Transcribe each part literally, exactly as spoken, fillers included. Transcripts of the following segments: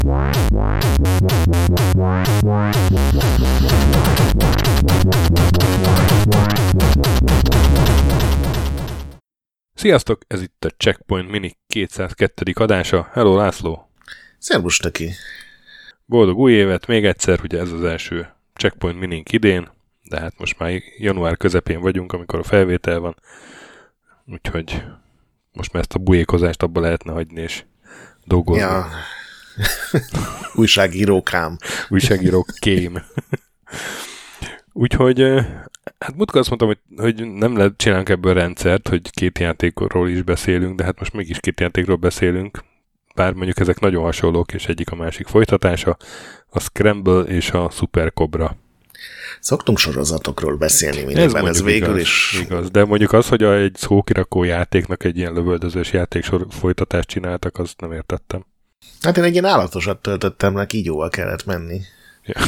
Sziasztok, ez itt a Checkpoint Mini kétszázkettő. adása. Hello, László! Szervusz, Töki! Boldog új évet még egyszer, ugye ez az első Checkpoint Minink idén, de hát most már január közepén vagyunk, amikor a felvétel van, úgyhogy most már ezt a bujékozást abba lehetne hagyni és dolgozni. Ja. Újságírókám. Újságírókém. Úgyhogy, hát múltkor azt mondtam, hogy, hogy nem lehet csinálni ebből rendszert, hogy két játékról is beszélünk, de hát most mégis két játékról beszélünk, bár mondjuk ezek nagyon hasonlók, és egyik a másik folytatása, a Scramble és a Super Cobra. Szoktunk sorozatokról beszélni mindenben, ez, ez végül igaz, is... Igaz, de mondjuk az, hogy egy szókirakó játéknak egy ilyen lövöldözős játéksor folytatást csináltak, azt nem értettem. Hát én egy ilyen állatosat töltöttem le, kígyóval kellett menni. Ja.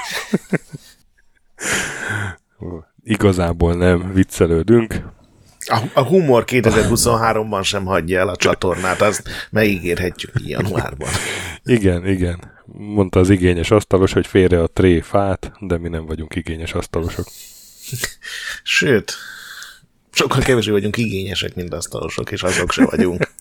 Igazából nem viccelődünk. A, a humor kétezer-huszonháromban sem hagyja el a csatornát, azt megígérhetjük januárban. Igen, igen. Mondta az igényes asztalos, hogy félre a tréfát, de mi nem vagyunk igényes asztalosok. Sőt, sokkal kevésbé vagyunk igényesek, mint asztalosok, és azok se vagyunk.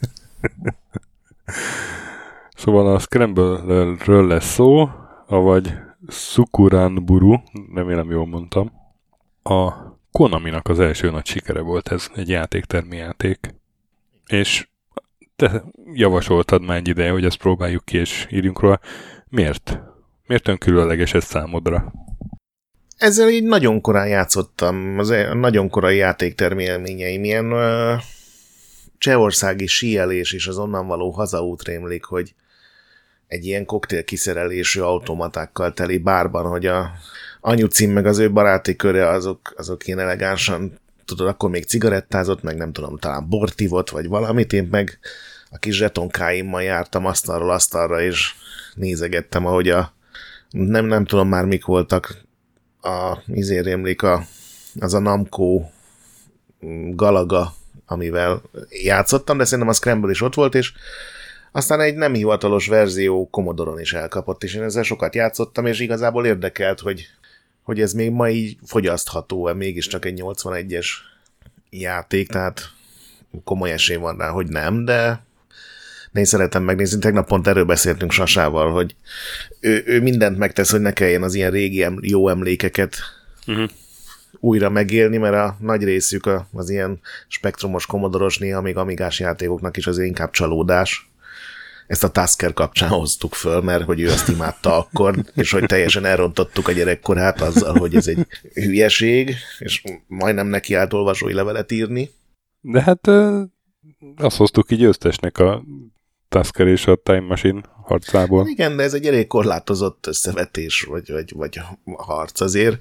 Szóval a Scramble-ről lesz szó, avagy Sukuranburu, remélem jól mondtam. A Konaminak az első nagy sikere volt ez, egy játéktermi játék. És te javasoltad már egy ideje, hogy ezt próbáljuk ki és írjunk róla. Miért? Miért olyan különleges ez számodra? Ezzel így nagyon korán játszottam, az nagyon korai játéktermi élményeim, ilyen uh, csehországi síelés és az onnan való hazaút rémlik, hogy egy ilyen koktél kiszerelésű automatákkal teli bárban, hogy a anyucim meg az ő baráti köre azok, azok ilyen elegánsan, tudod, akkor még cigarettázott, meg nem tudom, talán bortivot, vagy valamit, én meg a kis zsetonkáimmal jártam asztalról asztalra, és nézegettem, ahogy a, nem, nem tudom már mik voltak, a, izé rémlik a, az a Namco Galaga, amivel játszottam, de szerintem a Scramble is ott volt, és aztán egy nem hivatalos verzió Commodore-on is elkapott, és én ezzel sokat játszottam, és igazából érdekelt, hogy, hogy ez még ma így fogyasztható, mégiscsak egy nyolcvanegyes játék, tehát komoly esély van rá, hogy nem, de én szeretem megnézni. Tegnap pont erről beszéltünk Sasával, hogy ő, ő mindent megtesz, hogy ne kelljen az ilyen régi em, jó emlékeket uh-huh. újra megélni, mert a nagy részük az ilyen spektrumos Commodore-os, néha még amigás játékoknak is azért inkább csalódás. Ezt a Tasker kapcsán hoztuk föl, mert hogy ő azt imádta akkor, és hogy teljesen elrontottuk a gyerekkorát azzal, hogy ez egy hülyeség, és majdnem neki állt olvasói levelet írni. De hát azt hoztuk ki győztesnek a Tasker és a Time Machine harcából. Igen, de ez egy elég korlátozott összevetés, vagy, vagy, vagy harc azért.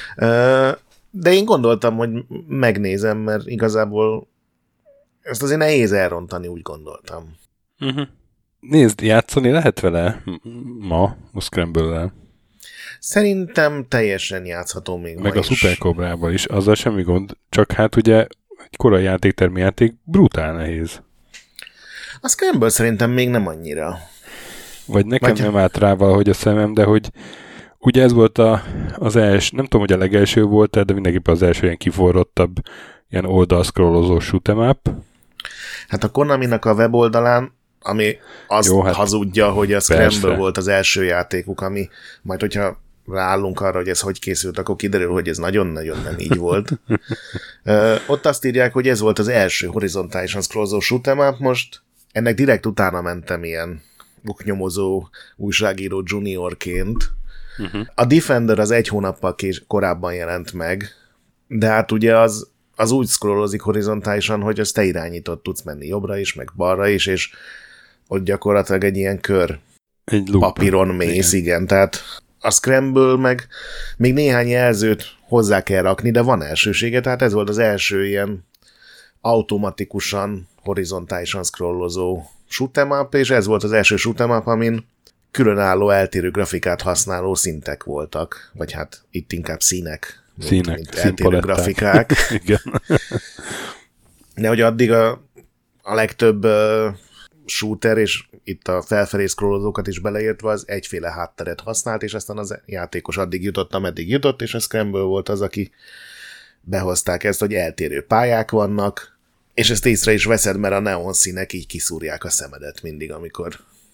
De én gondoltam, hogy megnézem, mert igazából ezt azért nehéz elrontani, úgy gondoltam. Uh-huh. Nézd, játszani lehet vele ma, a Scramble-lel. Szerintem teljesen játszható még meg ma a Super Cobrával is, azzal semmi gond, csak hát ugye egy korai játéktermi játék brutál nehéz. A Scramble szerintem még nem annyira. Vagy nekem Vagy... nem állt rá valahogy a szemem, de hogy ugye ez volt a, az első, nem tudom, hogy a legelső volt, de mindenképpen az első ilyen kiforrottabb, ilyen oldal-scrollozó shoot'em up. Hát a Konaminak a weboldalán, ami azt Jó, hát hazudja, hogy a Scramble persze. volt az első játékuk, ami majd, hogyha ráállunk arra, hogy ez hogy készült, akkor kiderül, hogy ez nagyon-nagyon nem így volt. Ö, ott azt írják, hogy ez volt az első horizontálisan scrollozó shoot'em up, most ennek direkt utána mentem ilyen oknyomozó újságíró juniorként. Uh-huh. A Defender az egy hónappal kés- korábban jelent meg, de hát ugye az, az úgy scrollozik horizontálisan, hogy azt te irányított, tudsz menni jobbra is, meg balra is, és ott gyakorlatilag egy ilyen kör egy loop. Papíron mész, igen. igen, tehát a Scramble meg még néhány jelzőt hozzá kell rakni, de van elsősége, tehát ez volt az első ilyen automatikusan, horizontálisan scrollozó shoot'em up, és ez volt az első shoot'em up, amin különálló eltérő grafikát használó szintek voltak, vagy hát itt inkább színek, színek mint, mint eltérő grafikák. Igen. De hogy addig a, a legtöbb uh, shooter, és itt a felfelé scrollozókat is beleértve az egyféle hátteret használt, és aztán az játékos addig jutott, ameddig jutott, és a Scramble volt az, aki behozták ezt, hogy eltérő pályák vannak, és ezt észre is veszed, mert a neon színek így kiszúrják a szemedet mindig, amikor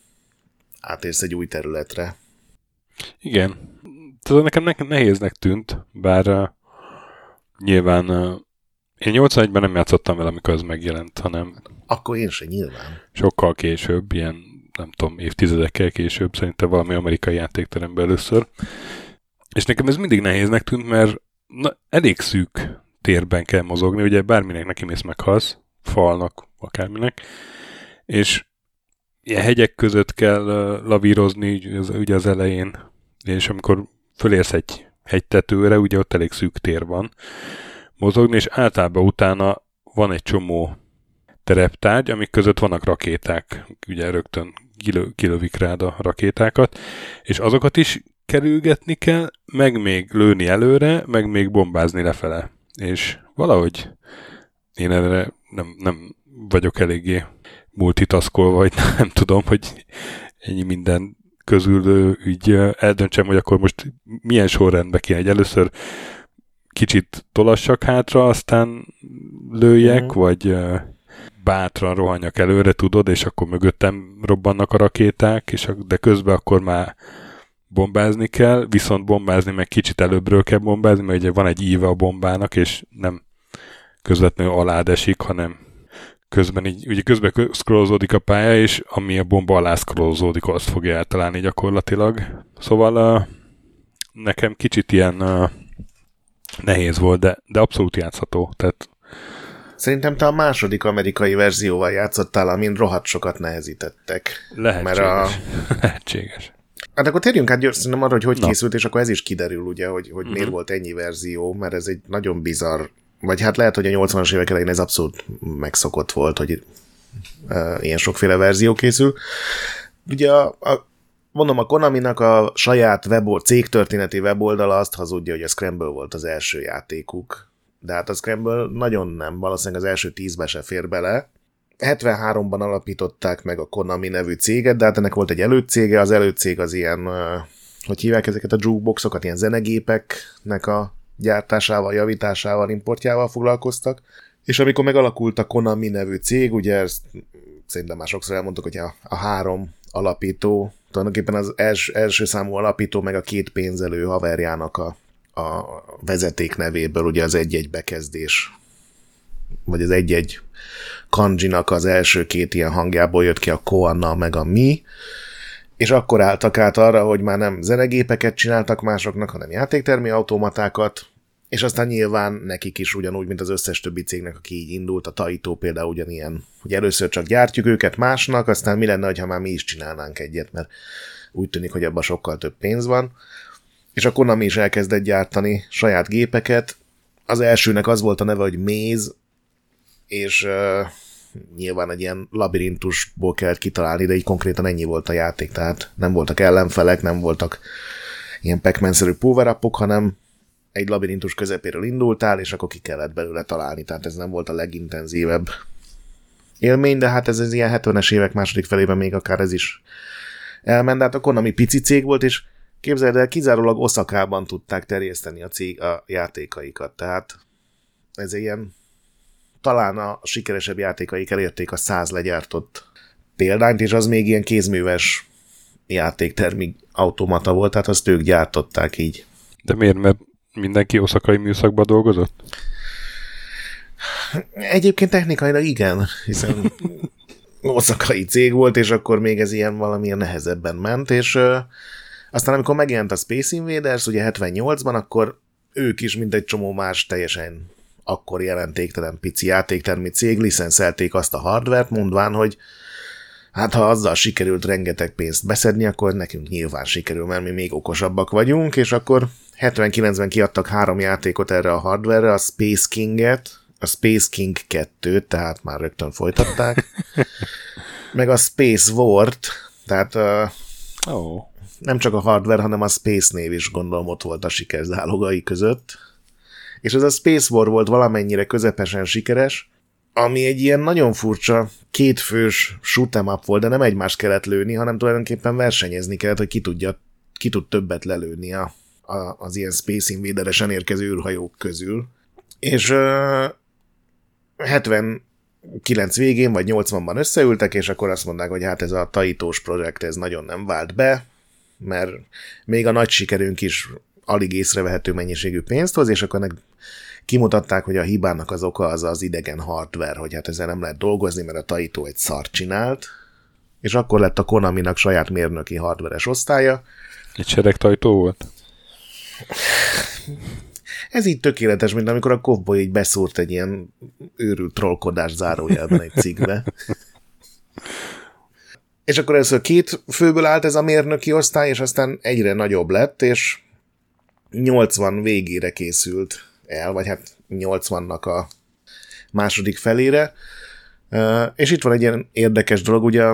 átérsz egy új területre. Igen. Tehát nekem nehéznek tűnt, bár uh, nyilván uh, én nyolcvanegyben nem játszottam vele, amikor ez megjelent, hanem akkor én sem nyilván. Sokkal később, ilyen nem tudom, évtizedekkel később, szerintem valami amerikai játékteremben először. És nekem ez mindig nehéznek tűnt, mert na, elég szűk térben kell mozogni, ugye bárminek neki mész meghalsz, falnak, akárminek, és ilyen hegyek között kell uh, lavírozni ugye az elején, és amikor fölérsz egy hegytetőre, ugye ott elég szűk tér van mozogni, és általában utána van egy csomó tereptárgy, amik között vannak rakéták, ugye rögtön kilö, kilövik rád a rakétákat, és azokat is kerülgetni kell, meg még lőni előre, meg még bombázni lefele. És valahogy én erre nem, nem vagyok eléggé multitaskolva, vagy nem tudom, hogy ennyi minden közül így eldöntsem, hogy akkor most milyen sorrendbe kéne, hogy először kicsit tolassak hátra, aztán lőjek, uh-huh. vagy bátran rohanjak előre, tudod, és akkor mögöttem robbannak a rakéták, és de közben akkor már bombázni kell, viszont bombázni meg kicsit előbbről kell bombázni, mert ugye van egy íve a bombának, és nem közvetlenül alád esik, hanem közben így, ugye közben scrollozódik a pálya, és ami a bomba alá scrollozódik, azt fogja eltalálni gyakorlatilag. Szóval uh, nekem kicsit ilyen uh, nehéz volt, de, de abszolút játszható. Tehát szerintem te a második amerikai verzióval játszottál, amin rohadt sokat nehezítettek. Lehetséges. A... Lehetséges. Hát akkor térjünk át gyorsan arra, hogy hogy Na. készült, és akkor ez is kiderül, ugye, hogy, hogy uh-huh. miért volt ennyi verzió, mert ez egy nagyon bizarr, vagy hát lehet, hogy a nyolcvanas évek elején ez abszolút megszokott volt, hogy uh, ilyen sokféle verzió készül. Ugye a, a mondom, a Konaminak a saját webold, cégtörténeti weboldala azt hazudja, hogy a Scramble volt az első játékuk. De hát a Scramble nagyon nem, valószínűleg az első tízbe se fér bele. hetvenháromban alapították meg a Konami nevű céget, de hát ennek volt egy előcége, az előcég az ilyen, hogy hívják ezeket a jukeboxokat, ilyen zenegépeknek a gyártásával, javításával, importjával foglalkoztak. És amikor megalakult a Konami nevű cég, ugye ezt szerintem már sokszor elmondtuk, hogy a, a három alapító, tulajdonképpen az els, első számú alapító, meg a két pénzelő haverjának a, a vezeték nevéből, ugye az egy-egy bekezdés, vagy az egy-egy kanjinak az első két ilyen hangjából jött ki a Koana, meg a Mi, és akkor álltak át arra, hogy már nem zenegépeket csináltak másoknak, hanem játéktermi automatákat, és aztán nyilván nekik is ugyanúgy, mint az összes többi cégnek, aki így indult, a Taito például ugyanilyen, hogy először csak gyártjuk őket másnak, aztán mi lenne, ha már mi is csinálnánk egyet, mert úgy tűnik, hogy abban sokkal több pénz van. És a Konami is elkezdett gyártani saját gépeket. Az elsőnek az volt a neve, hogy Maze, és uh, nyilván egy ilyen labirintusból kellett kitalálni, de így konkrétan ennyi volt a játék, tehát nem voltak ellenfelek, nem voltak ilyen Pac-Man-szerű power-upok, hanem egy labirintus közepéről indultál, és akkor ki kellett belőle találni, tehát ez nem volt a legintenzívebb élmény, de hát ez az ilyen hetvenes évek második felében még akár ez is elment, de hát a Konami pici cég volt, és képzeld el, kizárólag Oszakában tudták terjeszteni a, cég, a játékaikat, tehát ez ilyen, talán a sikeresebb játékaik elérték a száz legyártott példányt, és az még ilyen kézműves játéktermi automata volt, tehát azt ők gyártották így. De miért? Mert mindenki oszakai műszakban dolgozott? Egyébként technikailag igen, hiszen oszakai cég volt, és akkor még ez ilyen valamilyen nehezebben ment, és ö, aztán amikor megjelent a Space Invaders, ugye hetvennyolcban, akkor ők is, mint egy csomó más teljesen akkor jelentéktelen pici játéktermi cég licenszelték azt a hardvert, mondván, hogy hát ha azzal sikerült rengeteg pénzt beszedni, akkor nekünk nyilván sikerül, mert mi még okosabbak vagyunk, és akkor hetvenkilencben kiadtak három játékot erre a hardware-re, a Space King-et, a Space King kettőt, tehát már rögtön folytatták, meg a Space War-t, tehát uh, oh. nem csak a hardware, hanem a Space név is gondolom ott volt a sikerzálogai között, és ez a Space War volt valamennyire közepesen sikeres, ami egy ilyen nagyon furcsa kétfős shoot 'em up volt, de nem egymást kellett lőni, hanem tulajdonképpen versenyezni kellett, hogy ki, tudja, ki tud többet lelőni a, a, az ilyen Space Invader-esen érkező űrhajók közül. És uh, hetvenkilenc végén vagy nyolcvanban összeültek, és akkor azt mondták, hogy hát ez a Taitós projekt, ez nagyon nem vált be, mert még a nagy sikerünk is alig észrevehető mennyiségű pénzt hoz, és akkor kimutatták, hogy a hibának az oka az az idegen hardware, hogy hát ezzel nem lehet dolgozni, mert a Taito egy szart csinált, és akkor lett a Konaminak saját mérnöki hardveres osztálya. Egy seregtajtó volt? Ez így tökéletes, mint amikor a Cowboy így beszúrt egy ilyen őrült trollkodás zárójelben egy cikkbe. És akkor először két főből állt ez a mérnöki osztály, és aztán egyre nagyobb lett, és nyolcvan végére készült el, vagy hát nyolcvannak a második felére. És itt van egy ilyen érdekes dolog, ugye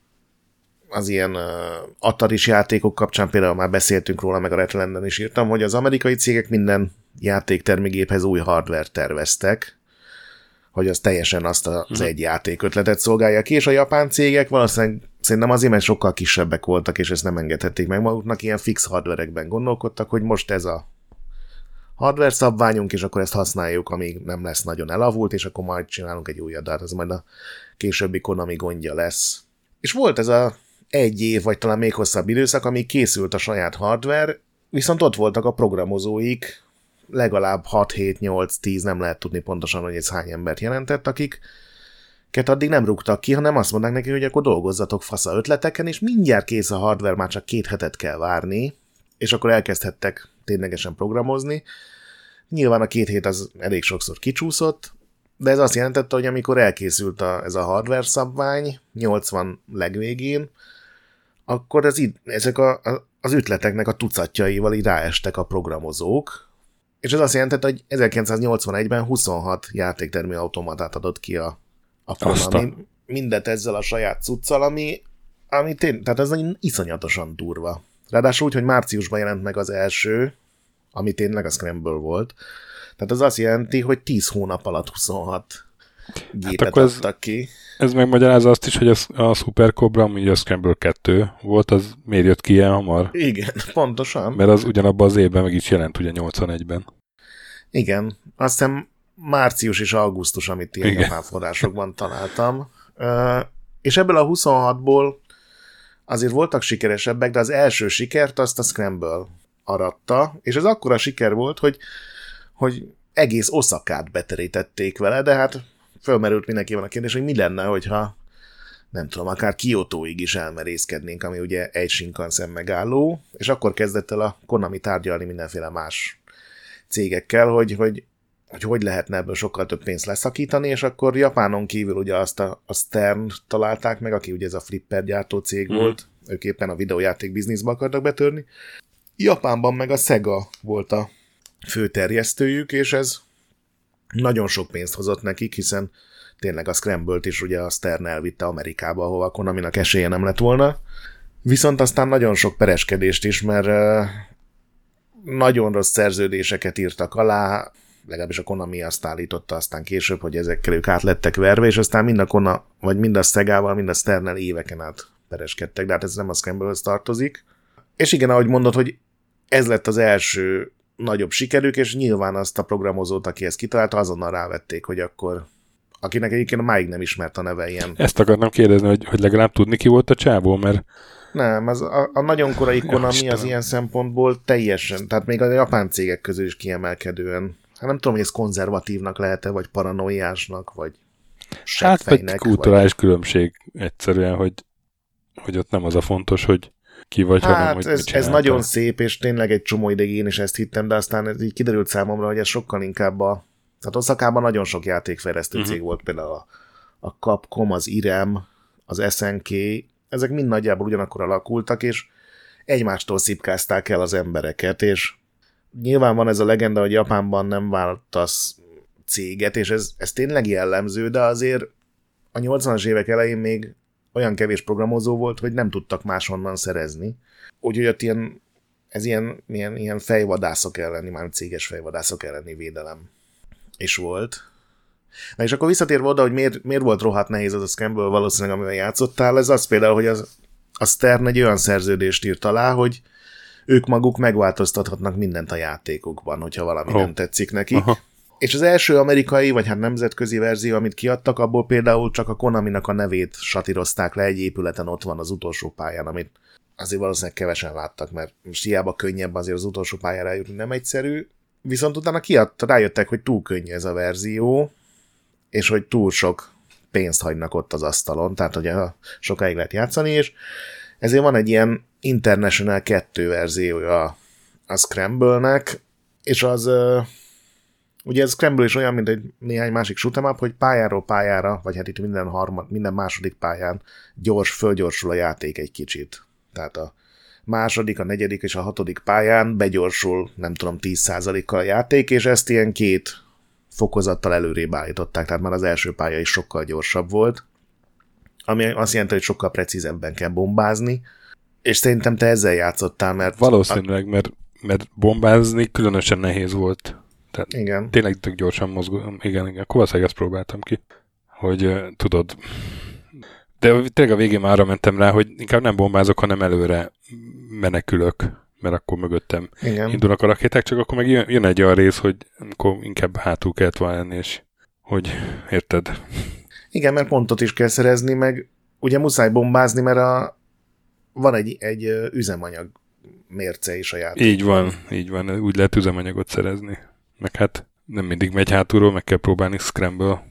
az ilyen Ataris játékok kapcsán például már beszéltünk róla, meg a Retrolanden is írtam, hogy az amerikai cégek minden játéktermigéphez új hardware terveztek, hogy az teljesen azt az egy játékötletet szolgálja ki, és a japán cégek valószínűleg szerintem azért, mert sokkal kisebbek voltak, és ezt nem engedhették meg maguknak, ilyen fix hardverekben gondolkodtak, hogy most ez a hardware szabványunk, és akkor ezt használjuk, amíg nem lesz nagyon elavult, és akkor majd csinálunk egy újat, de hát az majd a későbbi Konami gondja lesz. És volt ez a egy év, vagy talán még hosszabb időszak, amíg készült a saját hardware, viszont ott voltak a programozóik, legalább hat hét nyolc tíz, nem lehet tudni pontosan, hogy ez hány embert jelentett, akiket addig nem rúgtak ki, hanem azt mondták neki, hogy akkor dolgozzatok fasza ötleteken, és mindjárt kész a hardware, már csak két hetet kell várni, és akkor elkezdhettek ténylegesen programozni. Nyilván a két hét az elég sokszor kicsúszott, de ez azt jelentette, hogy amikor elkészült a, ez a hardware szabvány, nyolcvan legvégén, akkor az, ezek a, a, az ütleteknek a tucatjaival így ráestek a programozók, és ez azt jelentette, hogy ezerkilencszáznyolcvanegyben huszonhat játéktermi automatát adott ki a, a Konami, mindet ezzel a saját cuccal, ami, ami tény, tehát ez iszonyatosan durva. Ráadásul úgy, hogy márciusban jelent meg az első, ami tényleg a Scramble volt. Tehát az azt jelenti, hogy tíz hónap alatt huszonhat gépet hát adtak ez, ki. Ez megmagyarázza azt is, hogy a, a Super Cobra, ami a Scramble kettő volt, az miért jött ki ilyen hamar? Igen, pontosan. Mert az ugyanabban az évben meg is jelent, ugye nyolcvanegyben. Igen, azt hiszem március és augusztus, amit ilyen japán forrásokban találtam. Uh, és ebből a huszonhatból azért voltak sikeresebbek, de az első sikert azt a Scramble aratta, és ez akkora siker volt, hogy, hogy egész Oszakát beterítették vele, de hát fölmerült mindenkiben a kérdés, hogy mi lenne, hogyha nem tudom, akár Kiotóig is elmerészkednénk, ami ugye egy Shinkansen megálló, és akkor kezdett el a Konami tárgyalni mindenféle más cégekkel, hogy hogy, hogy hogy lehetne ebből sokkal több pénzt leszakítani, és akkor Japánon kívül ugye azt a, a Stern találták meg, aki ugye ez a flipper gyártó cég mm. volt, ők éppen a videójáték bizniszbe akartak betörni. Japánban meg a Sega volt a fő terjesztőjük, és ez nagyon sok pénzt hozott nekik, hiszen tényleg a Scramble-t is ugye a Stern elvitte Amerikába, ahova a Konaminak esélye nem lett volna. Viszont aztán nagyon sok pereskedést is, mert nagyon rossz szerződéseket írtak alá, legalábbis a Konami azt állította aztán később, hogy ezekkel ők át lettek verve, és aztán mind a Kona, vagy mind a Segával, mind a Sternnel éveken át pereskedtek, de hát ez nem a Scramble-höz tartozik. És igen, ahogy mondod, hogy ez lett az első nagyobb sikerük, és nyilván azt a programozót, aki ezt kitalálta, azonnal rávették, hogy akkor, akinek egyébként máig nem ismert a neve ilyen. Ezt akartam kérdezni, hogy, hogy legalább tudni ki volt a csávó, mert... Nem, az a, a nagyon korai Konami az ilyen szempontból teljesen, tehát még a japán cégek közül is kiemelkedően. Hát nem tudom, hogy ez konzervatívnak lehet-e, vagy paranoiásnak, vagy seggfejnek. Hát, vagy kulturális különbség egyszerűen, hogy, hogy ott nem az a fontos, hogy ki vagy, hát hanem, hogy ez, ez nagyon szép, és tényleg egy csomó ideig én is ezt hittem, de aztán ez így kiderült számomra, hogy ez sokkal inkább a... Tehát Oszakában nagyon sok játékfejlesztő uh-huh. cég volt, például a, a Capcom, az Irem, az es en ké, ezek mind nagyjából ugyanakkor alakultak, és egymástól szipkázták el az embereket, és nyilván van ez a legenda, hogy Japánban nem váltasz céget, és ez, ez tényleg jellemző, de azért a nyolcvanas évek elején még olyan kevés programozó volt, hogy nem tudtak máshonnan szerezni. Úgyhogy ott ilyen, ez ilyen, ilyen, ilyen fejvadászok elleni, már céges fejvadászok elleni védelem is volt. Na és akkor visszatérve oda, hogy miért, miért volt rohadt nehéz az a Scramble valószínűleg, amivel játszottál, ez az például, hogy az, a Stern egy olyan szerződést írt alá, hogy ők maguk megváltoztathatnak mindent a játékokban, hogyha valami oh. nem tetszik nekik. Aha. És az első amerikai, vagy hát nemzetközi verzió, amit kiadtak, abból például csak a Konaminak a nevét satírozták le, egy épületen ott van az utolsó pályán, amit azért valószínűleg kevesen láttak, mert most hiába könnyebb azért az utolsó pályára jutni, nem egyszerű. Viszont utána kiadt, rájöttek, hogy túl könnyű ez a verzió, és hogy túl sok pénzt hagynak ott az asztalon, tehát hogy sokáig lehet játszani, és ezért van egy ilyen International kettő verziója a Scramble-nek, és az, ugye ez Scramble is olyan, mint egy néhány másik shoot'em up, hogy pályáról pályára, vagy hát itt minden, harmad, minden második pályán gyors, fölgyorsul a játék egy kicsit. Tehát a második, a negyedik és a hatodik pályán begyorsul, nem tudom, tíz százalékkal a játék, és ezt ilyen két fokozattal előrébb állították, tehát már az első pálya is sokkal gyorsabb volt, ami azt jelenti, hogy sokkal precízebben kell bombázni, és szerintem te ezzel játszottál, mert... Valószínűleg, a... mert, mert bombázni különösen nehéz volt. Tehát igen. Tényleg tök gyorsan mozgó. Igen, igen. Akkor valószínűleg ezt próbáltam ki, hogy uh, tudod... De tényleg a végén már arra mentem rá, hogy inkább nem bombázok, hanem előre menekülök, mert akkor mögöttem igen. indulnak a rakéták, csak akkor meg jön, jön egy olyan rész, hogy akkor inkább hátul kellett volna, és hogy érted? Igen, mert pontot is kell szerezni, meg ugye muszáj bombázni, mert a, van egy, egy üzemanyag mérce is a játék. Így van, így van, úgy lehet üzemanyagot szerezni. Meg hát nem mindig megy hátulról, meg kell próbálni Scramble.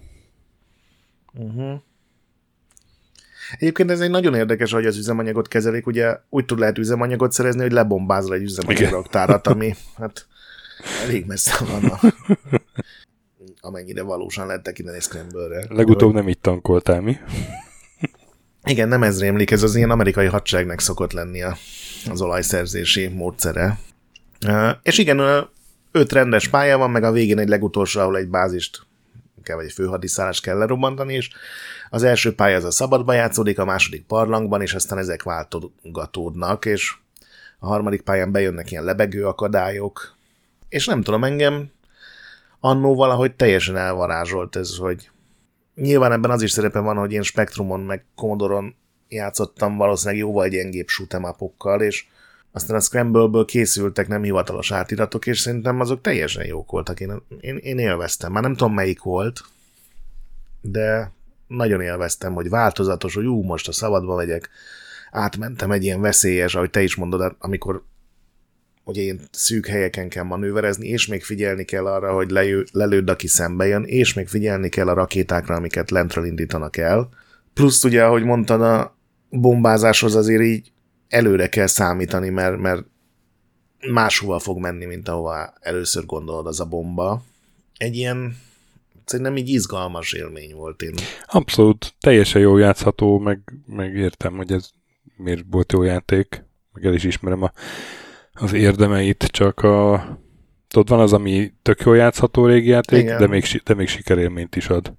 Uh-huh. Egyébként ez egy nagyon érdekes, hogy az üzemanyagot kezelik, ugye úgy tud lehet üzemanyagot szerezni, hogy lebombázol egy üzemanyagraktárat, ami hát elég messze van a, amennyire valósan lehet tekinteni egy Scramble-re. Legutóbb nem így tankoltál, mi? Igen, nem ez rémlik, ez az ilyen amerikai hadseregnek szokott lenni a, az olajszerzési módszere. Uh, és igen, öt rendes pálya van, meg a végén egy legutolsó, ahol egy bázist kell, vagy egy főhadiszállást kell lerobbantani, és az első pálya az a szabadban játszódik, a második barlangban, és aztán ezek váltogatódnak, és a harmadik pályán bejönnek ilyen lebegő akadályok, és nem tudom, engem annó valahogy teljesen elvarázsolt ez, hogy nyilván ebben az is szerepe van, hogy én Spectrumon meg Commodore-on játszottam valószínűleg jóval gyengébb shoot'em upokkal, és aztán a Scramble-ből készültek nem hivatalos átiratok, és szerintem azok teljesen jók voltak. Én, én, én élveztem. Már nem tudom, melyik volt, de nagyon élveztem, hogy változatos, hogy ú, most a szabadba megyek. Átmentem egy ilyen veszélyes, ahogy te is mondod, amikor ugye én szűk helyeken kell manőverezni, és még figyelni kell arra, hogy lejő, lelőd, aki szembe jön, és még figyelni kell a rakétákra, amiket lentről indítanak el. Plusz ugye, ahogy mondtad, a bombázáshoz azért így előre kell számítani, mert, mert máshova fog menni, mint ahova először gondolod az a bomba. Egy ilyen, szerintem így izgalmas élmény volt én. Abszolút, teljesen jól játszható, meg, meg értem, hogy ez miért volt jó játék, meg el is ismerem a, az érdemeit, csak a tudod, van az, ami tök jól játszható régi játék, de még, de még sikerélményt is ad.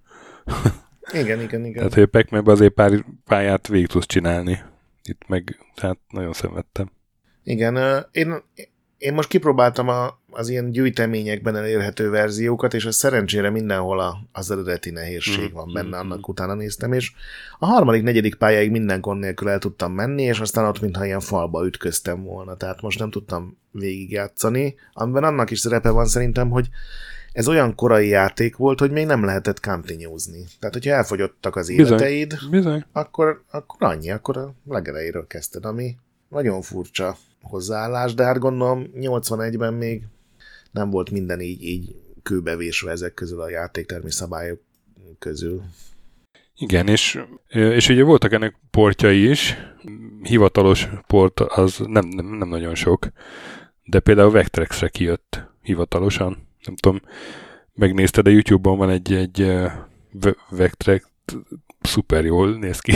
Igen, igen, igen. Tehát, hogy a Pac-Man-ben azért pár pályát végig tudsz csinálni. Itt meg, tehát nagyon szenvedtem. Igen, én, én most kipróbáltam a, az ilyen gyűjteményekben elérhető verziókat, és ez szerencsére mindenhol a, az eredeti nehézség van benne, annak utána néztem, és a harmadik, negyedik pályáig minden gond nélkül el tudtam menni, és aztán ott mintha ilyen falba ütköztem volna, tehát most nem tudtam végigjátszani, amiben annak is szerepe van szerintem, hogy ez olyan korai játék volt, hogy még nem lehetett continuezni. Tehát, hogyha elfogyottak az életeid, bizony, bizony. Akkor, akkor annyi, akkor a legelejéről kezdted, ami nagyon furcsa hozzáállás, de hát gondolom nyolcvanegyben még nem volt minden így, így kőbevésve ezek közül a játéktermi szabályok közül. Igen, és, és ugye voltak ennek portjai is, hivatalos port az nem, nem, nem nagyon sok, de például Vectrexre kijött hivatalosan. Nem tudom, megnézted, a YouTube-on van egy, egy uh, Vectrex, szuper jól néz ki.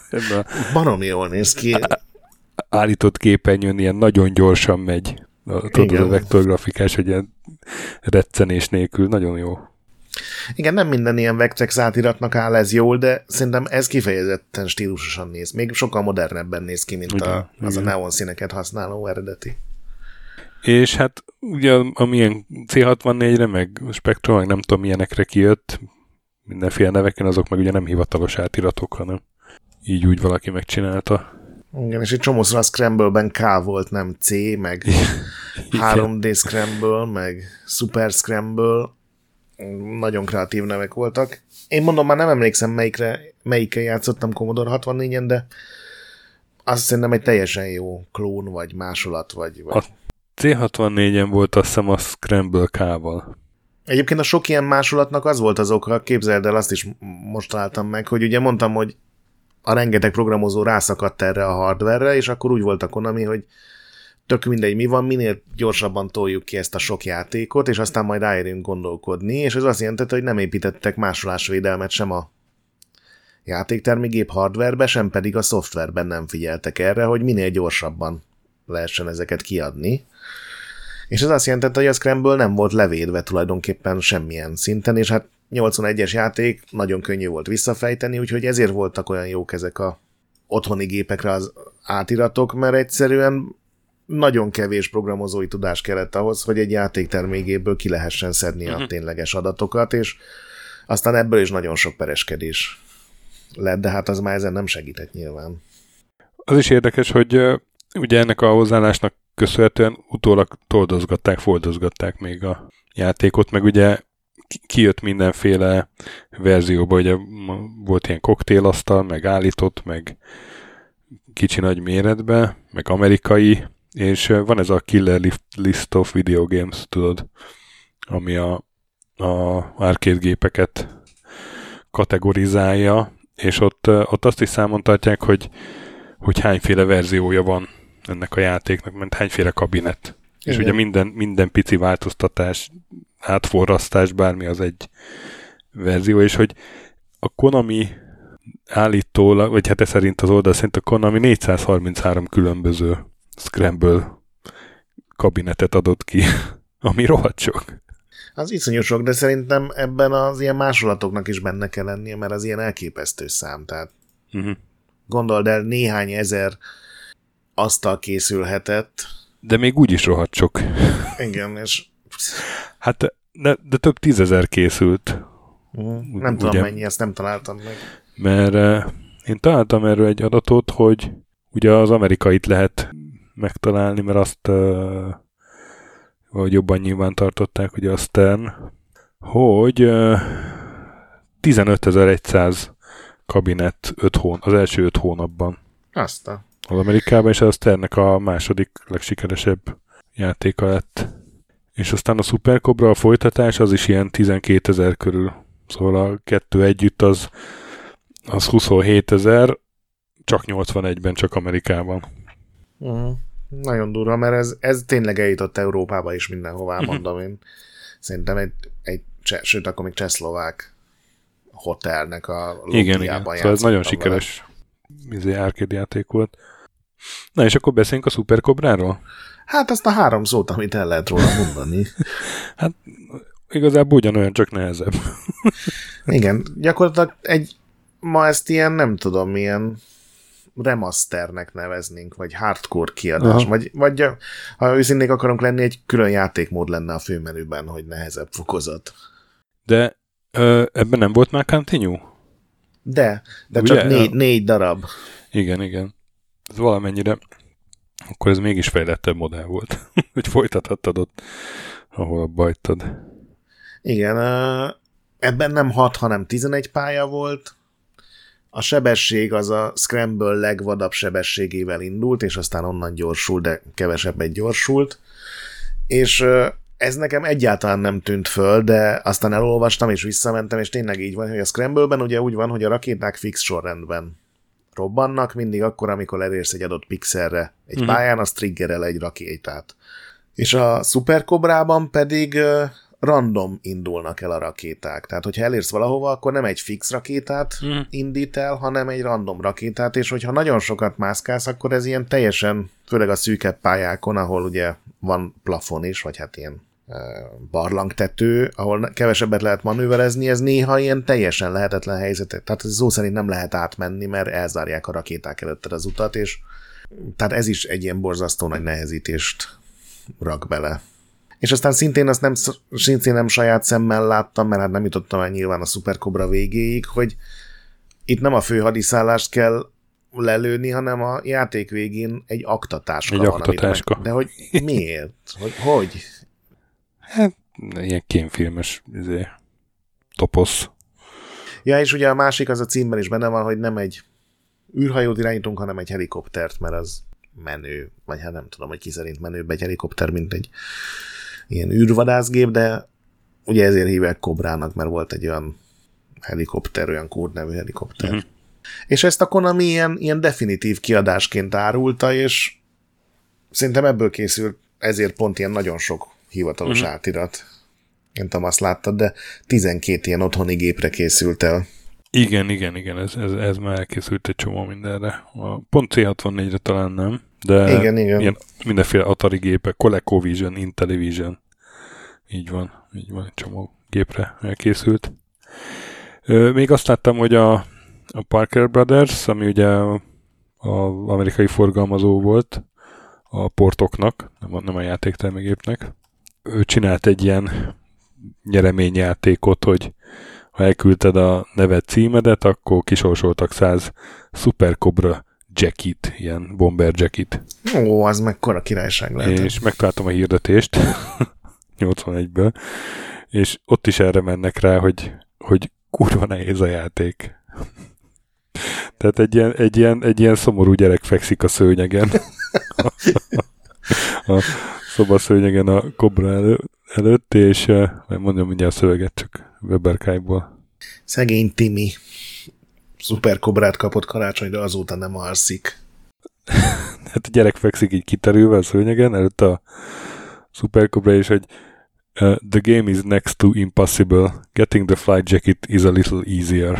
Baromi jól néz ki. Állított képernyőn ilyen nagyon gyorsan megy. Tudod, a vektorgrafikás, hogy ilyen reccenés nélkül, nagyon jó. Igen, nem minden ilyen Vectrex átiratnak áll ez jól, de szerintem ez kifejezetten stílusosan néz. Még sokkal modernebben néz ki, mint igen, a, az igen. a neon színeket használó eredeti. És hát ugye amilyen cé hatvannégyre, meg Spectrum, meg nem tudom milyenekre kijött, mindenféle neveken, azok meg ugye nem hivatalos átiratok, hanem így úgy valaki megcsinálta. Igen, és egy csomószor a Scramble-ben K volt, nem C, meg három dé Scramble, meg Super Scramble. Nagyon kreatív nevek voltak. Én mondom, már nem emlékszem, melyikre, melyikkel játszottam Commodore hatvannégyen, de azt szerintem egy teljesen jó klón, vagy másolat, vagy... vagy... A C hatvannégyen volt azt hiszem a Scramble K-val. Egyébként a sok ilyen másolatnak az volt az oka, képzeld el, azt is most találtam meg, hogy ugye mondtam, hogy a rengeteg programozó rászakadt erre a hardware-re, és akkor úgy volt a Konami, hogy tök mindegy mi van, minél gyorsabban toljuk ki ezt a sok játékot, és aztán majd ráérünk gondolkodni, és ez azt jelentette, hogy nem építettek másolásvédelmet sem a játéktermigép hardwarebe, sem pedig a szoftverben nem figyeltek erre, hogy minél gyorsabban lehessen ezeket kiadni. És ez azt jelentette, hogy a Scramble nem volt levédve tulajdonképpen semmilyen szinten, és hát nyolcvanegyes játék nagyon könnyű volt visszafejteni, úgyhogy ezért voltak olyan jók ezek a otthoni gépekre az átiratok, mert egyszerűen nagyon kevés programozói tudás kellett ahhoz, hogy egy játéktermékgépből ki lehessen szedni a tényleges adatokat, és aztán ebből is nagyon sok pereskedés lett, de hát az már ezen nem segített nyilván. Az is érdekes, hogy uh, ugye ennek a hozzáállásnak köszönhetően utólag toldozgatták, foldozgatták még a játékot, meg ugye kijött mindenféle verzióba, ugye volt ilyen koktélasztal, meg állított, meg kicsi nagy méretbe, meg amerikai, és van ez a Killer List of Video Games, tudod, ami a, a arcade gépeket kategorizálja, és ott, ott azt is számon tartják, hogy, hogy hányféle verziója van ennek a játéknak, mert hányféle kabinet. Igen. És ugye minden, minden pici változtatás, átforrasztás, bármi az egy verzió, és hogy a Konami állítólag, vagy hát ez szerint az oldal szerint a Konami négyszázharminchárom különböző Scramble kabinetet adott ki, ami rohadt sok. Az iszonyú sok, de szerintem ebben az ilyen másolatoknak is benne kell lennie, mert az ilyen elképesztő szám, tehát uh-huh. Gondold el, néhány ezer asztal készülhetett. De még úgy is rohadt sok. Igen, és... Hát, de, de több tízezer készült. Uh-huh. Nem ugye, tudom mennyi, ezt nem találtam meg. Mert uh, én találtam erről egy adatot, hogy ugye az amerikait lehet megtalálni, mert azt uh, vagy jobban nyilván tartották, ugye a Stern, hogy uh, tizenötezer-száz kabinet öt hón, az első öt hónapban. Azt a... Az Amerikában, és a Sternnek a második legsikeresebb játéka lett. És aztán a Super Cobra, a folytatás, az is ilyen tizenkétezer körül. Szóval a kettő együtt az, az huszonhétezer, csak nyolcvanegyben, csak Amerikában. Uh-huh. Nagyon durva, mert ez, ez tényleg eljutott Európába is mindenhová, uh-huh. mondom én. Szerintem egy, egy cseh, sőt, akkor még csehszlovák hotelnek a lobbyjában igen, igen. Szóval ez nagyon sikeres izé, arcade játék volt. Na és akkor beszéljünk a Super Cobráról? Hát azt a három szót, amit el lehet róla mondani. Hát igazából ugyanolyan, csak nehezebb. Igen, gyakorlatilag egy, ma ezt ilyen, nem tudom, milyen remasternek neveznénk, vagy hardcore kiadás, vagy, vagy ha őszinték akarunk lenni, egy külön játékmód lenne a főmenüben, hogy nehezebb fokozat. De ö, ebben nem volt már continue? De, de ugye? Csak négy, négy darab. Igen, igen. Ez valamennyire, akkor ez mégis fejlettebb modell volt, hogy folytathattad ott, ahol abba hagytad. Igen, ebben nem hat, hanem tizenegy pálya volt. A sebesség az a Scramble legvadabb sebességével indult, és aztán onnan gyorsult, de kevesebbet gyorsult. És ez nekem egyáltalán nem tűnt föl, de aztán elolvastam, és visszamentem, és tényleg így van, hogy a Scramble-ben ugye úgy van, hogy a rakéták fix sorrendben robbannak, mindig akkor, amikor elérsz egy adott pixelre egy mm-hmm. pályán, az triggerel egy rakétát. És a Super Cobrában pedig uh, random indulnak el a rakéták. Tehát, hogyha elérsz valahova, akkor nem egy fix rakétát mm. indít el, hanem egy random rakétát, és hogyha nagyon sokat mászkálsz, akkor ez ilyen teljesen, főleg a szűkebb pályákon, ahol ugye van plafon is, vagy hát ilyen uh, barlangtető, ahol kevesebbet lehet manőverezni, ez néha ilyen teljesen lehetetlen helyzetek. Tehát ez szó szerint nem lehet átmenni, mert elzárják a rakéták előtted az utat, és tehát ez is egy ilyen borzasztó nagy nehezítést rak bele. És aztán szintén azt nem, szintén nem saját szemmel láttam, mert hát nem jutottam el nyilván a Super Cobra végéig, hogy itt nem a főhadiszállást kell lelőni, hanem a játék végén egy aktatáska egy van. aktatáska. Meg, de hogy miért? Hogy? hogy? Hát, ilyen kémfilmes izé, toposz. Ja, és ugye a másik az a címben is benne van, hogy nem egy űrhajót irányítunk, hanem egy helikoptert, mert az menő, vagy hát nem tudom, hogy ki szerint menőbb egy helikopter, mint egy ilyen űrvadászgép, de ugye ezért hívják Cobrának, mert volt egy olyan helikopter, olyan kódnevű helikopter. Uh-huh. És ezt a Konami ilyen, ilyen definitív kiadásként árulta, és szerintem ebből készült ezért pont ilyen nagyon sok hivatalos uh-huh. átirat. Nem tudom, azt láttad, de tizenkét ilyen otthoni gépre készült el. Igen, igen, igen, ez, ez, ez már elkészült egy csomó mindenre. A pont cé hatvannégyre talán nem, de igen, igen. Ilyen mindenféle Atari gépek, ColecoVision, Intellivision, így van, így van, egy csomó gépre elkészült. Még azt láttam, hogy a, a Parker Brothers, ami ugye az amerikai forgalmazó volt a portoknak, nem a, nem a játéktermegépnek, ő csinált egy ilyen nyereményjátékot, hogy ha elküldted a neved címedet, akkor kisorsoltak száz Super Cobra jackit, ilyen bomber jackit. Ó, az mekkora királyság lehet. És megtaláltam a hirdetést nyolcvanegyből, és ott is erre mennek rá, hogy, hogy kurva nehéz a játék. Tehát egy ilyen, egy, ilyen, egy ilyen szomorú gyerek fekszik a szőnyegen. a szobaszőnyegen a Cobra elő, előtt, és mondjam mindjárt a szöveget, csak Weberkájból. Szegény Timi Super Cobrát kapott karácsonyra, azóta nem alszik. Hát a gyerek fekszik így kiterülve a szőnyegen, előtt a Super Cobra, és hogy uh, the game is next to impossible. Getting the flight jacket is a little easier.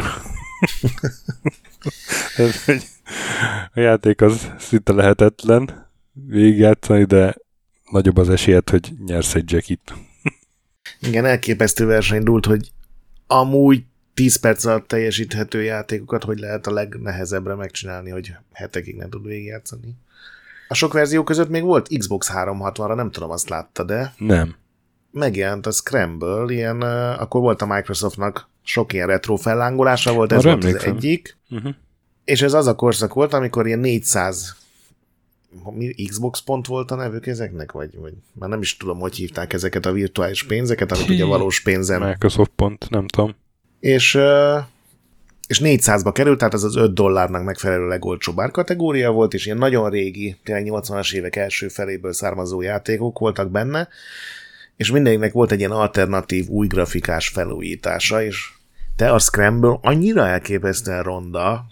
Ez, hogy a játék az szinte lehetetlen végigjátszani, de nagyobb az esélyed, hogy nyersz egy jackit. Igen, elképesztő verseny dúlt, hogy amúgy tíz perc alatt teljesíthető játékokat, hogy lehet a legnehezebbre megcsinálni, hogy hetekig nem tud végigjátszani. A sok verzió között még volt Xbox háromszázhatvanra, nem tudom, azt látta, de... Nem. Megjelent a Scramble, ilyen, uh, akkor volt a Microsoftnak sok ilyen retro fellángolása volt, ez volt az egyik. Uh-huh. És ez az a korszak volt, amikor ilyen négyszáz Xbox pont volt a nevük ezeknek, vagy, vagy már nem is tudom, hogy hívták ezeket a virtuális pénzeket, amit ugye valós pénzen. Microsoft pont, nem tudom. És, és négyszázba került, tehát az az öt dollárnak megfelelő legolcsóbb árkategória volt, és ilyen nagyon régi, tényleg nyolcvanas évek első feléből származó játékok voltak benne, és mindenkinek volt egy ilyen alternatív, új grafikás felújítása, és te a Scramble annyira elképesztően ronda,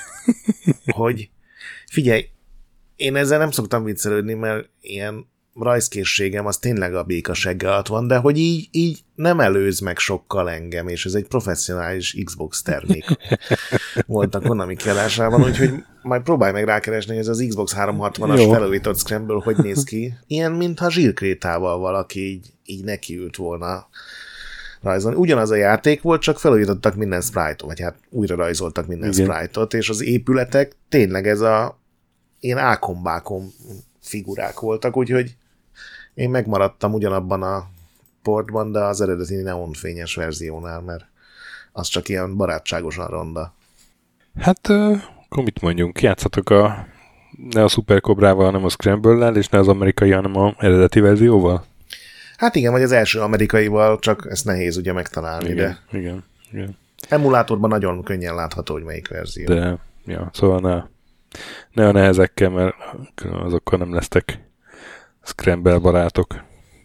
hogy figyelj, én ezzel nem szoktam viccelődni, mert ilyen rajzkészségem az tényleg a békasegge alatt van, de hogy így, így nem előz meg sokkal engem, és ez egy professzionális Xbox termék volt a Konami kiadásában, úgyhogy majd próbálj meg rákeresni, hogy ez az Xbox háromszázhatvanas felújított Scramble hogy néz ki. Ilyen, mintha zsírkrétával valaki így, így nekiült volna rajzolni. Ugyanaz a játék volt, csak felújítottak minden sprite-ot, vagy hát újra rajzoltak minden Igen. sprite-ot, és az épületek tényleg ez a ilyen ákombákom figurák voltak, úgyhogy én megmaradtam ugyanabban a portban, de az eredeti neonfényes verziónál, mert az csak ilyen barátságosan ronda. Hát, uh, akkor mit mondjunk? Játszatok a, ne a Super Cobrával, hanem a Scramble-lel, és ne az amerikai, hanem az eredeti verzióval? Hát igen, vagy az első amerikaival, csak ezt nehéz ugye megtalálni, igen, de igen, igen. emulátorban nagyon könnyen látható, hogy melyik verzió. De, ja, szóval ne, ne a nehezekkel, mert azokkal nem lesztek Scramble barátok.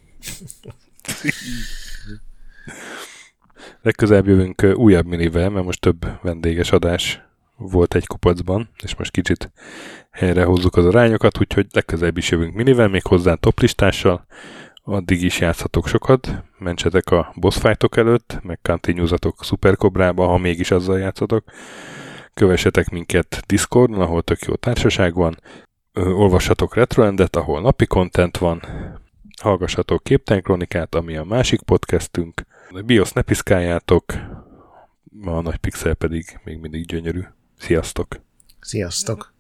Legközelebb jövünk újabb minivel, mert most több vendéges adás volt egy kupacban, és most kicsit helyre hozzuk az arányokat, úgyhogy legközelebb is jövünk minivel, még hozzá toplistással. Addig is játszhatok sokat, mentsetek a boss fightok előtt, meg continuezatok Super Cobrába, ha mégis azzal játszatok. Kövessetek minket Discordon, ahol tök jó társaság van. Olvassatok Retroendet, ahol napi content van. Hallgassatok Képtelen Kronikát, ami a másik podcastünk. BIOS ne piszkáljátok, a nagy pixel pedig még mindig gyönyörű. Sziasztok! Sziasztok!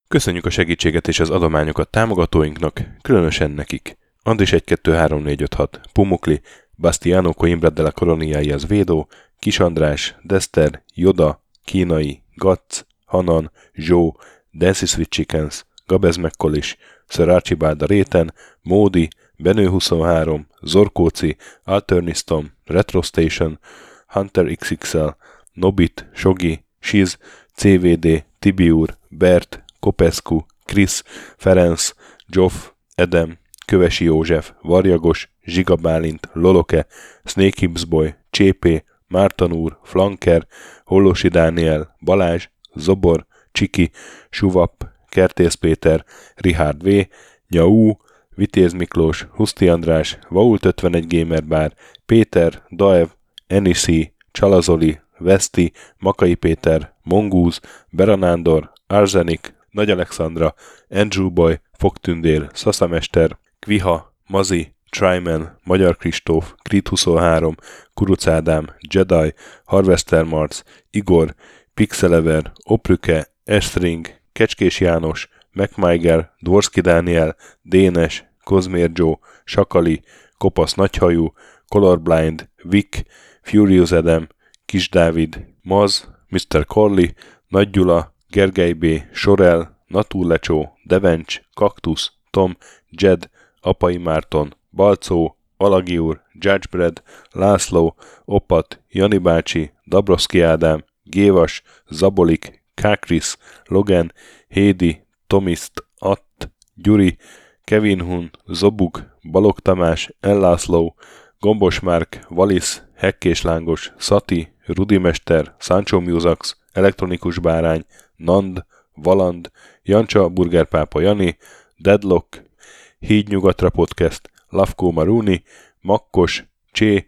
Köszönjük a segítséget és az adományokat támogatóinknak, különösen nekik. Andris egy kettő három négy öt hat, Pumukli, Bastiano Coimbra de la Coroniai az Védó, Kis András, Dester, Joda, Kínai, Gatz, Hanan, Zsó, Dancy Sweet Chickens, Gabez Mekkolis, Sir Archibald a Réten, Módi, Benő huszonhárom, Zorkóci, Alternistom, Retro Station, Hunter iksz iksz el, Nobit, Sogi, Siz, cé vé dé, Tibiur, Bert, Kopescu, Krisz, Ferenc, Zsoff, Edem, Kövesi József, Varjagos, Zsiga Bálint, Loloke, Snake Hips Boy, Csépé, Márton úr, Flanker, Hollosi Dániel, Balázs, Zobor, Csiki, Suvap, Kertész Péter, Richard V, Nyau, Vitéz Miklós, Huszti András, Vault ötvenegy Gamer Bar, Péter, Daev, Enisi, Csalazoli, Veszti, Makai Péter, Mongúz, Beranándor, Arzenik, Nagy Alexandra, Andrew Boy, Fogtündér, Szaszamester, Kviha, Mazi, Tryman, Magyar Kristóf, Krit huszonhárom, Kuruc Ádám, Jedi, Harvester Marc, Igor, Pixelever, Oprüke, Estring, Kecskés János, MacMiger, Dvorski Dániel, Dénes, Kozmér Joe, Sakali, Kopasz Nagyhajú, Colorblind, Vic, Furious Adam, Kis Dávid, Maz, miszter Corley, Nagy Gyula, Gergely B., Sorel, Naturlecsó, Devencs, Kaktusz, Tom, Jed, Apai Márton, Balcó, Alagi úr, Judgebred, László, Opat, Jani bácsi, Dabrowski Ádám, Gévas, Zabolik, Kákris, Logan, Hédi, Tomiszt, Att, Gyuri, Kevin Hun, Zobug, Balog Tamás, Ellászló, Gombos Márk, Valisz, Hekkés Lángos, Szati, Rudimester, Sancho Musax, Elektronikus Bárány, Nand, Valand, Jancsa, Burgerpápa Jani, Deadlock, Hídnyugatra Podcast, Lavkó Maruni, Makkos, Csé,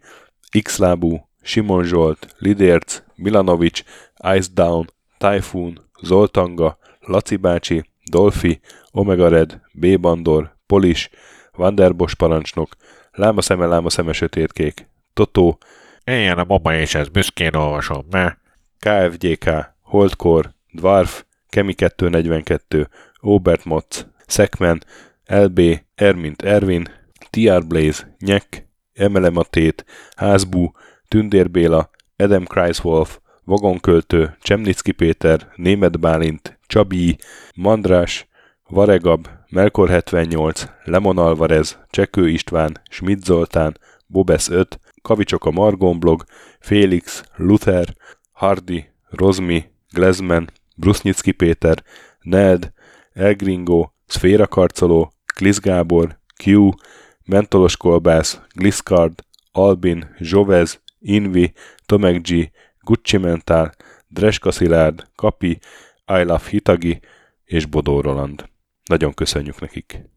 Xlábú, Simon Zsolt, Lidérc, Milanovic, Ice Down, Typhoon, Zoltanga, Laci bácsi, Dolfi, Omega Red, B. Bandor, Polis, Vanderbos parancsnok, Lámaszeme, Lámaszeme sötétkék, Totó, Éljen a baba és ez büszkén olvasom, ne? ká ef gé ká, Holdcore, Dwarf, Kemi kettőszáznegyvenkettő, Obert Motz, Szekmen, el bé, Ermint Ervin, té er Blaze, Nyek, Emelematét, Házbú, Tündér Béla, Adam Kreiswolf, Vagonköltő, Csemnicki Péter, Németh Bálint, Csabi, Mandrás, Varegab, Melkor hetvennyolc, Lemon Alvarez, Csekő István, Schmidt Zoltán, Bobesz öt, Kavicsok a Margon blog, Félix, Luther, Hardy, Rozmi, Glezman, Brusznyicki Péter, Ned, Elgringo, Szféra Karcoló, Klisz Gábor, Q, Mentolos Kolbász, Gliscard, Albin, Zsovez, Invi, Tomek G, Gucci Mentál, Dreska Szilárd, Kapi, I Love Hitagi és Bodó Roland. Nagyon köszönjük nekik!